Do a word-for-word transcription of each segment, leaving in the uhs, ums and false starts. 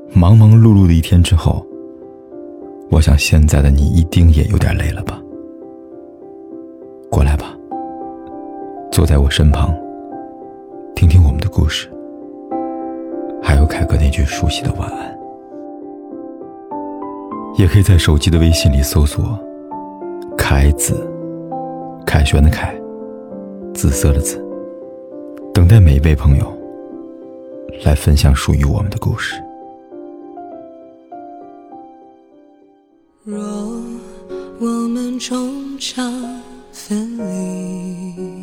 忙忙碌碌的一天之后，我想现在的你一定也有点累了吧。过来吧，坐在我身旁，听听我们的故事，还有凯哥那句熟悉的晚安。也可以在手机的微信里搜索凯子，凯旋的凯，紫色的紫，等待每一位朋友来分享属于我们的故事。 若我们终将分离，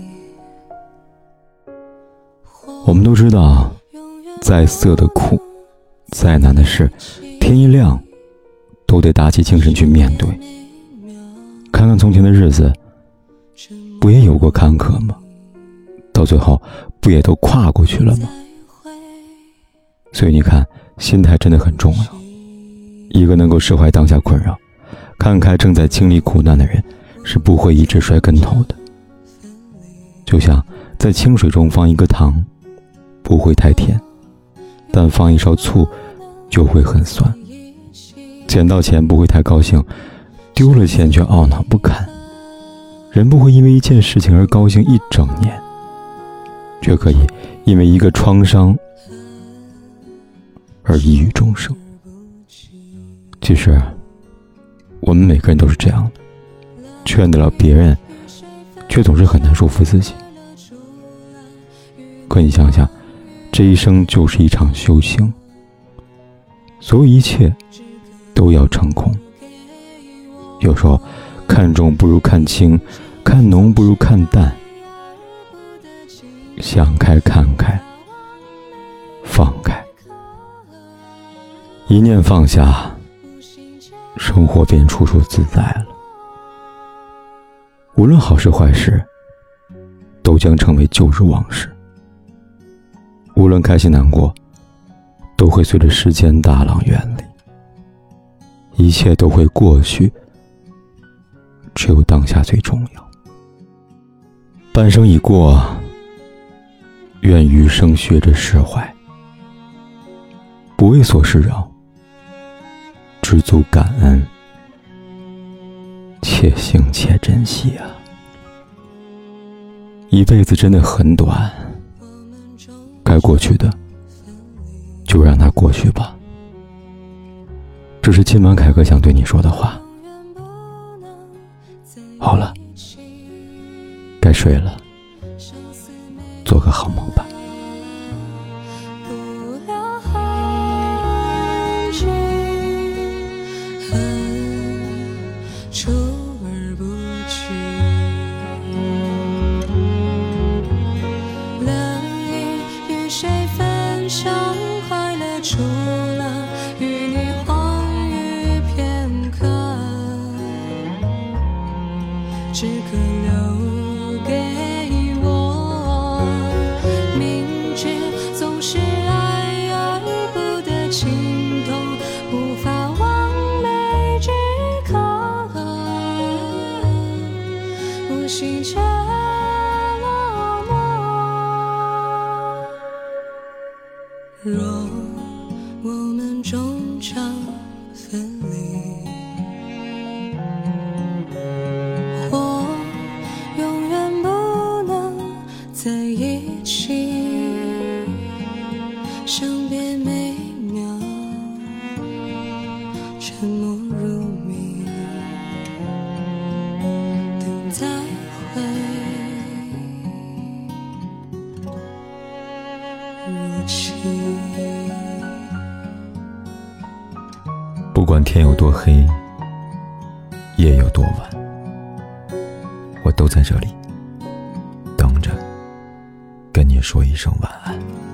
我们都知道，再涩的苦，再难的事，天一亮都得打起精神去面对。看看从前的日子，不也有过坎坷吗？到最后不也都跨过去了吗？所以你看，心态真的很重要。一个能够释怀当下困扰，看开正在经历苦难的人，是不会一直摔跟头的。就像在清水中放一个糖，不会太甜，但放一勺醋就会很酸。捡到钱不会太高兴，丢了钱却懊恼不堪。人不会因为一件事情而高兴一整年，却可以因为一个创伤而抑郁终生。其实我们每个人都是这样的，劝得了别人，却总是很难说服自己。可你想想，这一生就是一场修行，所有一切都要成空。有时候看重不如看清，看浓不如看淡，想开看开放开，一念放下，生活便处处自在了。无论好事坏事，都将成为旧日往事。无论开心难过，都会随着时间大浪远离。一切都会过去，只有当下最重要。半生已过，愿余生学着释怀，不为琐事扰，知足感恩，且行且珍惜啊！一辈子真的很短，该过去的就让它过去吧。这是今晚凯哥想对你说的话。好了，该睡了，做个好梦吧。 出而不去，冷雨与谁分享快乐，除了与你欢愉片刻，只可留给我明知总是爱而不得情动，无法完美之刻，无心却落寞。若我们终将分离，或永远不能在一起，生别每秒沉默如谜，等待回如期。 不管天有多黑，夜有多晚，我都在这里等着跟你说一声晚安。